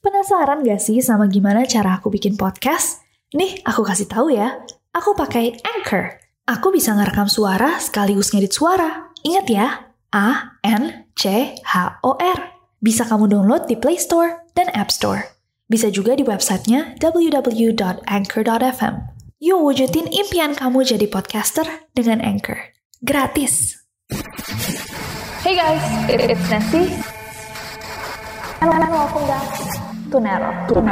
Penasaran gak sih sama gimana cara aku bikin podcast? Nih, aku kasih tahu ya. Aku pakai Anchor. Aku bisa ngerekam suara sekaligus ngedit suara. Ingat ya, A-N-C-H-O-R. Bisa kamu download di Play Store dan App Store. Bisa juga di websitenya www.anchor.fm. Yuk wujudin impian kamu jadi podcaster dengan Anchor. Gratis. Hey guys, it's Nancy. And welcome back to Nero.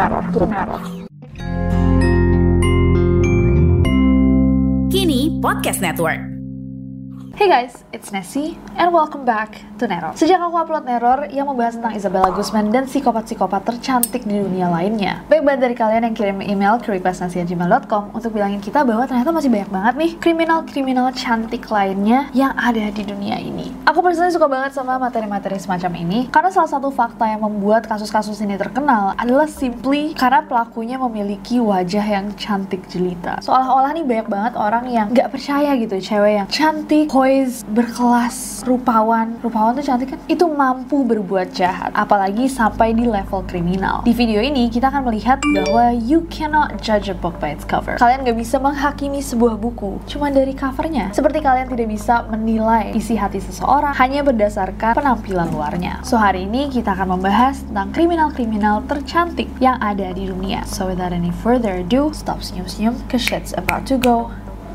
Kini Podcast Network. Hey guys, it's Nessie, and welcome back to Neror. Sejak aku upload Neror yang membahas tentang Isabella Guzman dan psikopat-psikopat tercantik di dunia lainnya, baik banget dari kalian yang kirim email ke requestnasi@gmail.com untuk bilangin kita bahwa ternyata masih banyak banget nih kriminal-kriminal cantik lainnya yang ada di dunia ini. Aku personally suka banget sama materi-materi semacam ini, karena salah satu fakta yang membuat kasus-kasus ini terkenal adalah simply karena pelakunya memiliki wajah yang cantik jelita. Seolah-olah nih banyak banget orang yang gak percaya gitu, cewek yang cantik, berkelas, rupawan tuh cantik kan, itu mampu berbuat jahat, apalagi sampai di level kriminal. Di video ini kita akan melihat bahwa you cannot judge a book by its cover. Kalian gak bisa menghakimi sebuah buku cuma dari covernya, seperti kalian tidak bisa menilai isi hati seseorang hanya berdasarkan penampilan luarnya. So hari ini kita akan membahas tentang kriminal-kriminal tercantik yang ada di dunia. So without any further ado, stop senyum-senyum, cause shit's about to go.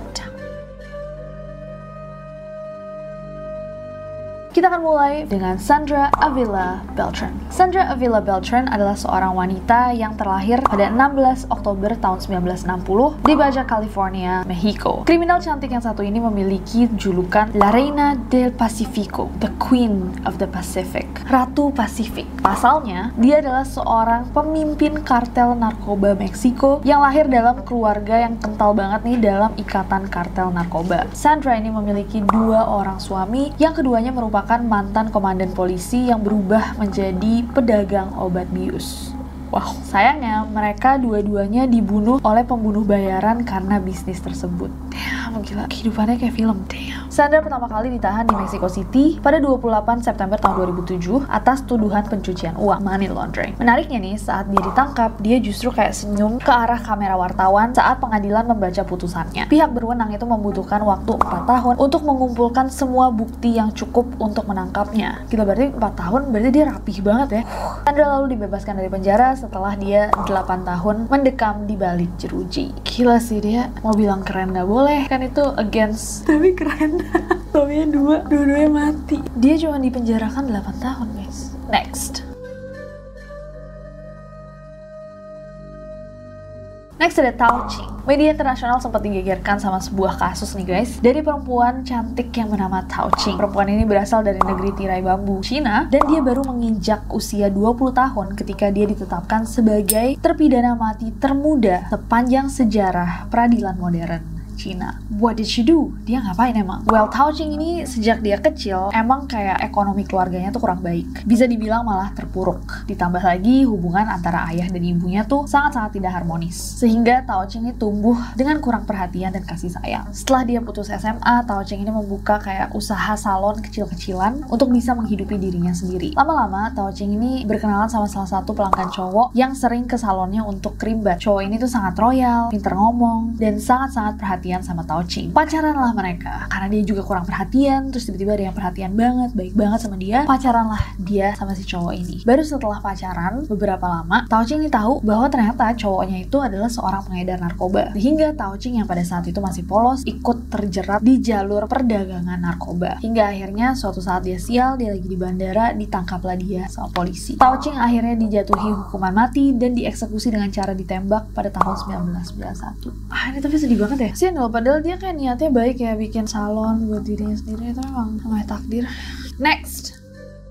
Kita akan mulai dengan Sandra Avila Beltran. Sandra Avila Beltran adalah seorang wanita yang terlahir pada 16 Oktober tahun 1960 di Baja California, Mexico. Kriminal cantik yang satu ini memiliki julukan La Reina del Pacifico, the Queen of the Pacific, Ratu Pasifik. Pasalnya, dia adalah seorang pemimpin kartel narkoba Meksiko yang lahir dalam keluarga yang kental banget nih dalam ikatan kartel narkoba. Sandra ini memiliki dua orang suami, yang keduanya merupakan mantan komandan polisi yang berubah menjadi pedagang obat bius. Wow, sayangnya mereka dua-duanya dibunuh oleh pembunuh bayaran karena bisnis tersebut. Damn, gila, kehidupannya kayak film. Damn. Sandra pertama kali ditahan di Mexico City pada 28 September tahun 2007 atas tuduhan pencucian uang, money laundering. Menariknya nih, saat dia ditangkap, dia justru kayak senyum ke arah kamera wartawan saat pengadilan membaca putusannya. Pihak berwenang itu membutuhkan waktu 4 tahun untuk mengumpulkan semua bukti yang cukup untuk menangkapnya. Gila, berarti 4 tahun, berarti dia rapih banget ya. Sandra lalu dibebaskan dari penjara setelah dia 8 tahun mendekam di balik jeruji. Gila sih, dia mau bilang keren gak boleh, kan itu against, tapi keren. Suaminya dua-duanya mati. Dia cuma dipenjarakan 8 tahun guys. Next ada Tao Ching. Media internasional sempat digegerkan sama sebuah kasus nih guys, dari perempuan cantik yang bernama Tao Ching. Perempuan ini berasal dari negeri tirai bambu, Cina, dan dia baru menginjak usia 20 tahun ketika dia ditetapkan sebagai terpidana mati termuda sepanjang sejarah peradilan modern Cina. What did she do? Dia ngapain emang? Well, Tao Ching ini sejak dia kecil emang kayak ekonomi keluarganya tuh kurang baik. Bisa dibilang malah terpuruk. Ditambah lagi hubungan antara ayah dan ibunya tuh sangat-sangat tidak harmonis. Sehingga Tao Ching ini tumbuh dengan kurang perhatian dan kasih sayang. Setelah dia putus SMA, Tao Ching ini membuka kayak usaha salon kecil-kecilan untuk bisa menghidupi dirinya sendiri. Lama-lama Tao Ching ini berkenalan sama salah satu pelanggan cowok yang sering ke salonnya untuk kerimbat. Cowok ini tuh sangat royal, pinter ngomong, dan sangat-sangat perhatian sama Tao Ching. Pacaran lah mereka, karena dia juga kurang perhatian, terus tiba-tiba ada yang perhatian banget, baik banget sama dia. Pacaran lah dia sama si cowok ini. Baru setelah pacaran beberapa lama, Tao Ching ini tahu bahwa ternyata cowoknya itu adalah seorang pengedar narkoba. Sehingga Tao Ching yang pada saat itu masih polos ikut terjerat di jalur perdagangan narkoba. Hingga akhirnya suatu saat dia sial, dia lagi di bandara, ditangkaplah dia sama polisi. Tao Ching akhirnya dijatuhi hukuman mati dan dieksekusi dengan cara ditembak pada tahun 1991. Ini tapi sedih banget ya. Padahal dia kan niatnya baik ya, bikin salon buat dirinya sendiri, itu memang namanya takdir. Next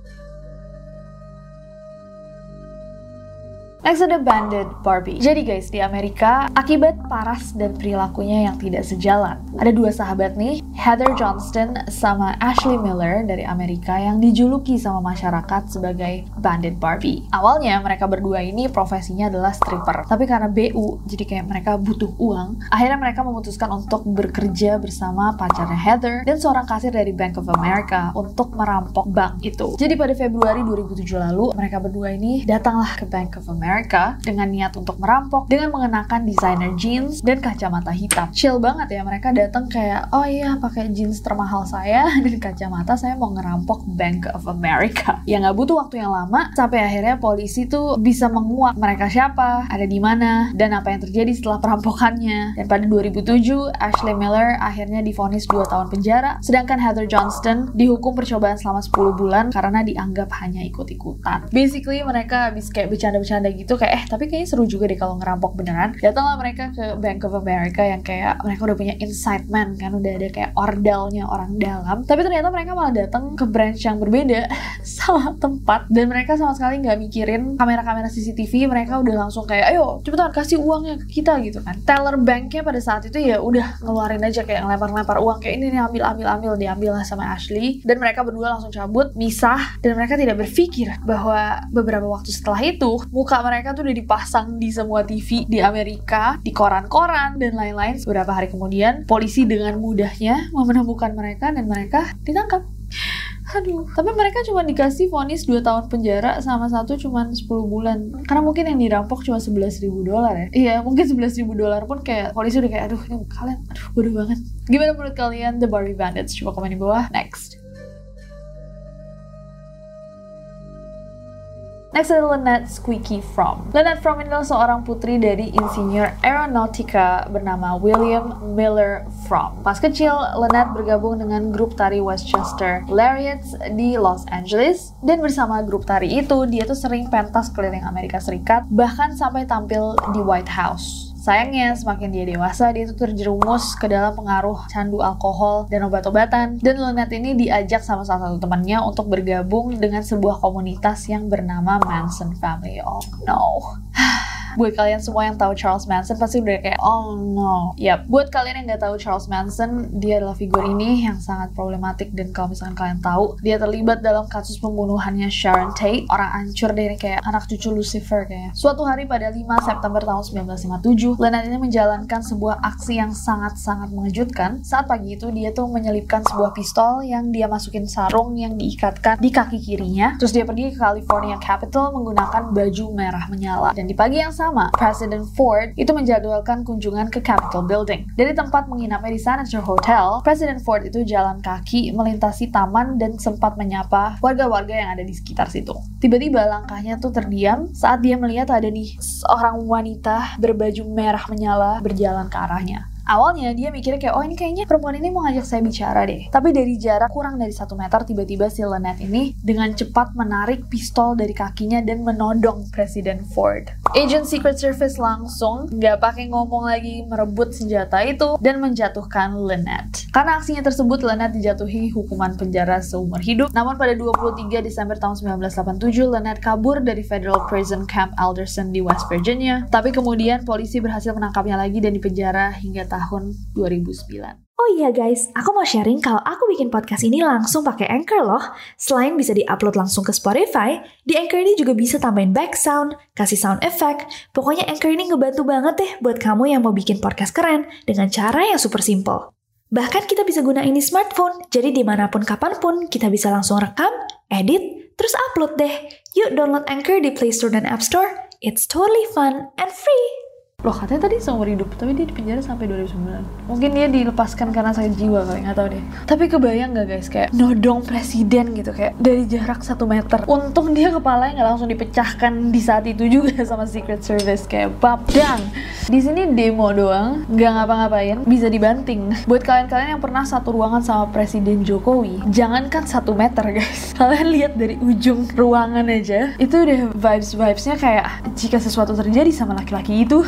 ada Bandit Barbie. Jadi guys, di Amerika, akibat paras dan perilakunya yang tidak sejalan, ada dua sahabat nih, Heather Johnston sama Ashley Miller dari Amerika yang dijuluki sama masyarakat sebagai Bandit Barbie. Awalnya mereka berdua ini profesinya adalah stripper, tapi karena BU, jadi kayak mereka butuh uang, akhirnya mereka memutuskan untuk bekerja bersama pacarnya Heather dan seorang kasir dari Bank of America untuk merampok bank itu. Jadi pada Februari 2007 lalu, mereka berdua ini datanglah ke Bank of America dengan niat untuk merampok dengan mengenakan designer jeans dan kacamata hitam. Chill banget ya, mereka datang kayak, oh iya pakai jeans termahal saya dan kacamata, saya mau ngerampok Bank of America. Ya nggak butuh waktu yang lama sampai akhirnya polisi tuh bisa menguak mereka siapa, ada di mana, dan apa yang terjadi setelah perampokannya. Dan pada 2007, Ashley Miller akhirnya divonis 2 tahun penjara, sedangkan Heather Johnston dihukum percobaan selama 10 bulan karena dianggap hanya ikut-ikutan. Basically mereka habis kayak bercanda-bercanda gitu kayak tapi kayaknya seru juga deh kalau ngerampok beneran. Datanglah mereka ke Bank of America yang kayak mereka udah punya inside man kan, udah ada kayak ordalnya orang dalam, tapi ternyata mereka malah datang ke branch yang berbeda sama tempat, dan mereka sama sekali nggak mikirin kamera-kamera CCTV. Mereka udah langsung kayak ayo cepetan kasih uangnya ke kita gitu kan. Teller banknya pada saat itu ya udah ngeluarin aja kayak ngelempar-lempar uang kayak ini nih, ambil diambil lah sama Ashley, dan mereka berdua langsung cabut misah. Dan mereka tidak berpikir bahwa beberapa waktu setelah itu muka mereka tuh udah dipasang di semua TV di Amerika, di koran-koran dan lain-lain. Beberapa hari kemudian polisi dengan mudahnya menemukan mereka dan mereka ditangkap. Aduh, tapi mereka cuma dikasih vonis 2 tahun penjara sama satu cuma 10 bulan. Karena mungkin yang dirampok cuma $11,000 ya. Iya, mungkin $11,000 pun kayak polisi udah kayak aduh ini kalian bodoh banget. Gimana menurut kalian The Barbie Bandits? Coba komen di bawah. Next ada Lynette Squeaky Fromm. Lynette Fromm adalah seorang putri dari insinyur aeronautika bernama William Miller Fromm. Pas kecil, Lynette bergabung dengan grup tari Westchester Lariats di Los Angeles, dan bersama grup tari itu, dia tuh sering pentas keliling Amerika Serikat, bahkan sampai tampil di White House. Sayangnya, semakin dia dewasa, dia itu terjerumus ke dalam pengaruh candu alkohol dan obat-obatan. Dan Lynette ini diajak sama salah satu temannya untuk bergabung dengan sebuah komunitas yang bernama Manson Family. Oh no. Buat kalian semua yang tahu Charles Manson pasti udah kayak oh no. Yap, buat kalian yang nggak tahu Charles Manson, dia adalah figur ini yang sangat problematik, dan kalau misalkan kalian tahu, dia terlibat dalam kasus pembunuhannya Sharon Tate, orang ancur dari kayak anak cucu Lucifer kayaknya. Suatu hari pada 5 September tahun 1957, Lynette ini menjalankan sebuah aksi yang sangat-sangat mengejutkan. Saat pagi itu dia tuh menyelipkan sebuah pistol yang dia masukin sarung yang diikatkan di kaki kirinya. Terus dia pergi ke California Capitol menggunakan baju merah menyala. Dan di pagi yang sama, Presiden Ford itu menjadwalkan kunjungan ke Capitol Building. Dari tempat menginapnya di Senator Hotel, Presiden Ford itu jalan kaki melintasi taman dan sempat menyapa warga-warga yang ada di sekitar situ. Tiba-tiba langkahnya tuh terdiam saat dia melihat ada nih seorang wanita berbaju merah menyala berjalan ke arahnya. Awalnya dia mikirnya kayak, oh ini kayaknya perempuan ini mau ngajak saya bicara deh. Tapi dari jarak kurang dari 1 meter, tiba-tiba si Lynette ini dengan cepat menarik pistol dari kakinya dan menodong Presiden Ford. Agent Secret Service langsung nggak pakai ngomong lagi merebut senjata itu dan menjatuhkan Lynette. Karena aksinya tersebut, Lynette dijatuhi hukuman penjara seumur hidup. Namun pada 23 Desember tahun 1987, Lynette kabur dari Federal Prison Camp Alderson di West Virginia. Tapi kemudian polisi berhasil menangkapnya lagi dan dipenjara hingga tahun 2009. Oh iya guys, aku mau sharing kalau aku bikin podcast ini langsung pakai Anchor loh. Selain bisa diupload langsung ke Spotify, di Anchor ini juga bisa tambahin back sound, kasih sound effect. Pokoknya Anchor ini ngebantu banget deh buat kamu yang mau bikin podcast keren dengan cara yang super simple. Bahkan kita bisa gunain di smartphone, jadi dimanapun kapanpun kita bisa langsung rekam, edit, terus upload deh. Yuk download Anchor di Play Store dan App Store. It's totally fun and free. Loh katanya tadi seumur hidup, tapi dia dipenjara sampai 2009. Mungkin dia dilepaskan karena sakit jiwa kali, nggak tahu deh. Tapi kebayang nggak guys, kayak nodong presiden gitu, kayak dari jarak 1 meter. Untung dia kepalanya nggak langsung dipecahkan di saat itu juga sama Secret Service, kayak babdang. Di sini demo doang, nggak ngapa-ngapain, bisa dibanting. Buat kalian-kalian yang pernah satu ruangan sama Presiden Jokowi, jangankan 1 meter guys. Kalian lihat dari ujung ruangan aja, itu udah vibes-vibesnya kayak jika sesuatu terjadi sama laki-laki itu.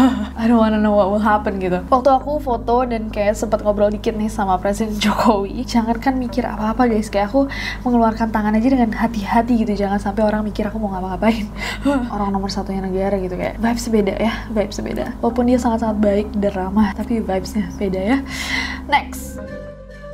I don't wanna know what will happen gitu. Waktu aku foto dan kayak sempat ngobrol dikit nih sama Presiden Jokowi, jangan kan mikir apa-apa guys, kayak aku mengeluarkan tangan aja dengan hati-hati gitu, jangan sampai orang mikir aku mau ngapa-ngapain. Orang nomor satunya negara gitu, kayak vibes beda ya, vibes beda. Walaupun dia sangat-sangat baik dan ramah, tapi vibesnya beda ya. Next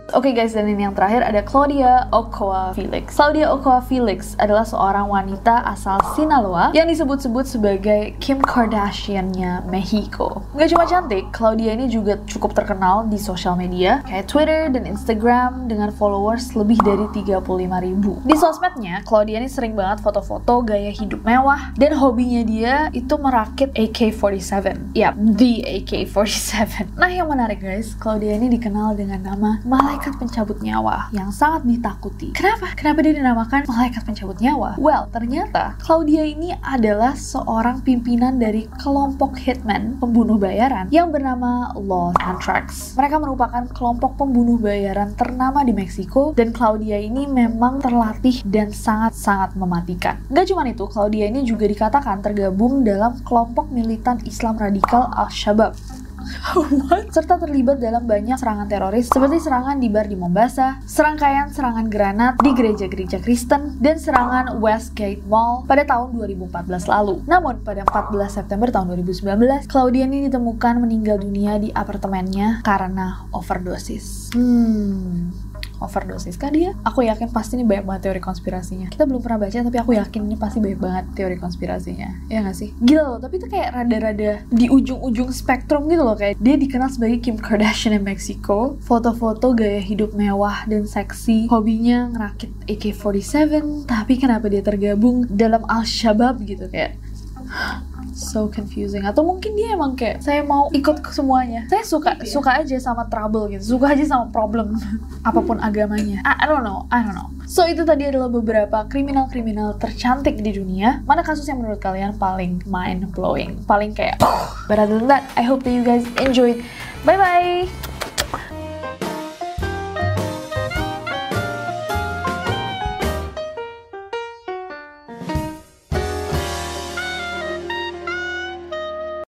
Oke guys, dan ini yang terakhir ada Claudia Ochoa Felix. Claudia Ochoa Felix adalah seorang wanita asal Sinaloa yang disebut-sebut sebagai Kim Kardashian-nya Mexico. Gak cuma cantik, Claudia ini juga cukup terkenal di sosial media kayak Twitter dan Instagram dengan followers lebih dari 35.000. Di sosmednya, Claudia ini sering banget foto-foto gaya hidup mewah dan hobinya dia itu merakit AK-47. Yap, the AK-47. Nah, yang menarik guys, Claudia ini dikenal dengan nama Malaikat Pencabut Nyawa yang sangat ditakuti. Kenapa? Kenapa dia dinamakan Malaikat Pencabut Nyawa? Well, ternyata Claudia ini adalah seorang pimpinan dari kelompok hitman pembunuh bayaran yang bernama Los Antrax. Mereka merupakan kelompok pembunuh bayaran ternama di Meksiko dan Claudia ini memang terlatih dan sangat-sangat mematikan. Gak cuma itu, Claudia ini juga dikatakan tergabung dalam kelompok militan Islam radikal Al-Shabaab. What? Serta terlibat dalam banyak serangan teroris seperti serangan di bar di Mombasa, serangkaian serangan granat di gereja-gereja Kristen, dan serangan Westgate Mall pada tahun 2014 lalu. Namun, pada 14 September tahun 2019, Claudia ini ditemukan meninggal dunia di apartemennya karena overdosis. Overdosis kah dia? Aku yakin pasti ini banyak banget teori konspirasinya. Kita belum pernah baca, tapi aku yakin ini pasti banyak banget teori konspirasinya. Ya nggak sih? Gila loh, tapi itu kayak rada-rada di ujung-ujung spektrum gitu loh. Kayak dia dikenal sebagai Kim Kardashian di Meksiko, foto-foto gaya hidup mewah dan seksi, hobinya ngerakit AK-47, tapi kenapa dia tergabung dalam Al-Shabaab gitu kayak... So confusing. Atau mungkin dia emang kayak saya mau ikut ke semuanya. Saya suka aja sama trouble gitu. Suka aja sama problem apapun agamanya. I don't know. So itu tadi adalah beberapa kriminal-kriminal tercantik di dunia. Mana kasus yang menurut kalian paling mind blowing? Paling kayak But other than that, I hope that you guys enjoyed. Bye bye.